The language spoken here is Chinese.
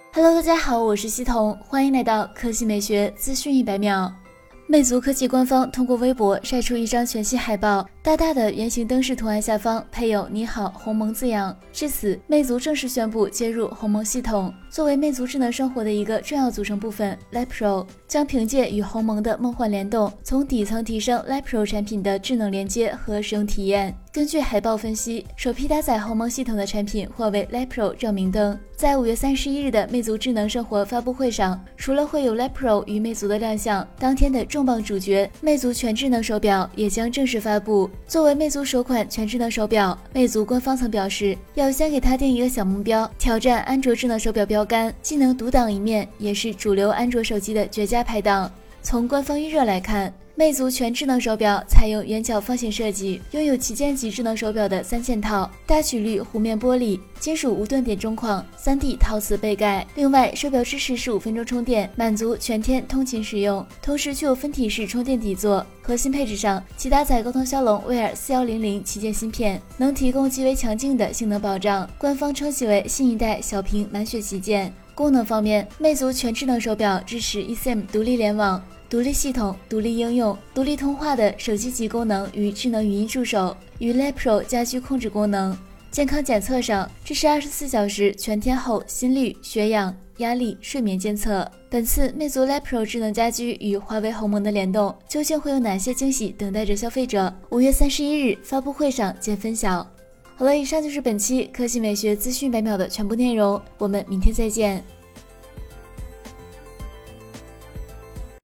Hello， 大家好，我是西彤，欢迎来到科技美学资讯100秒。魅族科技官方通过微博晒出一张全新海报，大大的圆形灯饰图案下方配有"你好，鸿蒙"字样。至此，魅族正式宣布接入鸿蒙系统。作为魅族智能生活的一个重要组成部分 ，Light Pro 将凭借与鸿蒙的梦幻联动，从底层提升 Light Pro 产品的智能连接和使用体验。根据海报分析，首批搭载鸿蒙系统的产品或为 Light Pro 照明灯。在5月31日的魅族智能生活发布会上，除了会有 Light Pro 与魅族的亮相，当天的重磅主角魅族全智能手表也将正式发布。作为魅族首款全智能手表，魅族官方曾表示要先给它定一个小目标，挑战安卓智能手表标杆，既能独当一面，也是主流安卓手机的绝佳拍档。从官方预热来看，魅族全智能手表采用圆角方形设计，拥有旗舰级智能手表的3件套，大曲率弧面玻璃、金属无盾点中框、3D 陶瓷背盖。另外，手表支持15分钟充电，满足全天通勤使用，同时具有分体式充电底座。核心配置上，其搭载高通骁龙威尔4100旗舰芯片，能提供极为强劲的性能保障。官方称其为新一代小屏满血旗舰。功能方面，魅族全智能手表支持 eSIM 独立联网、独立系统、独立应用、独立通话的手机级功能与智能语音助手，与 Light Pro 家居控制功能。健康检测上，支持24小时全天候心率、血氧、压力、睡眠监测。本次魅族 Light Pro 智能家居与华为鸿蒙的联动，究竟会有哪些惊喜等待着消费者？5月31日发布会上见分晓。好了，以上就是本期科技美学资讯100秒的全部内容，我们明天再见。